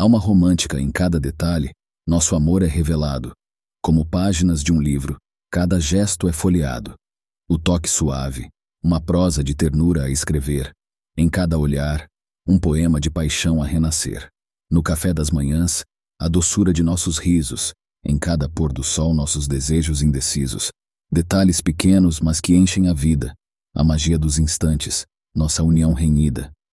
Alma romântica em cada detalhe, nosso amor é revelado. Como páginas de um livro, cada gesto é folheado. O toque suave, uma prosa de ternura a escrever. Em cada olhar, um poema de paixão a renascer. No café das manhãs, a doçura de nossos risos. Em cada pôr do sol, nossos desejos indecisos. Detalhes pequenos, mas que enchem a vida. A magia dos instantes, nossa união renhida.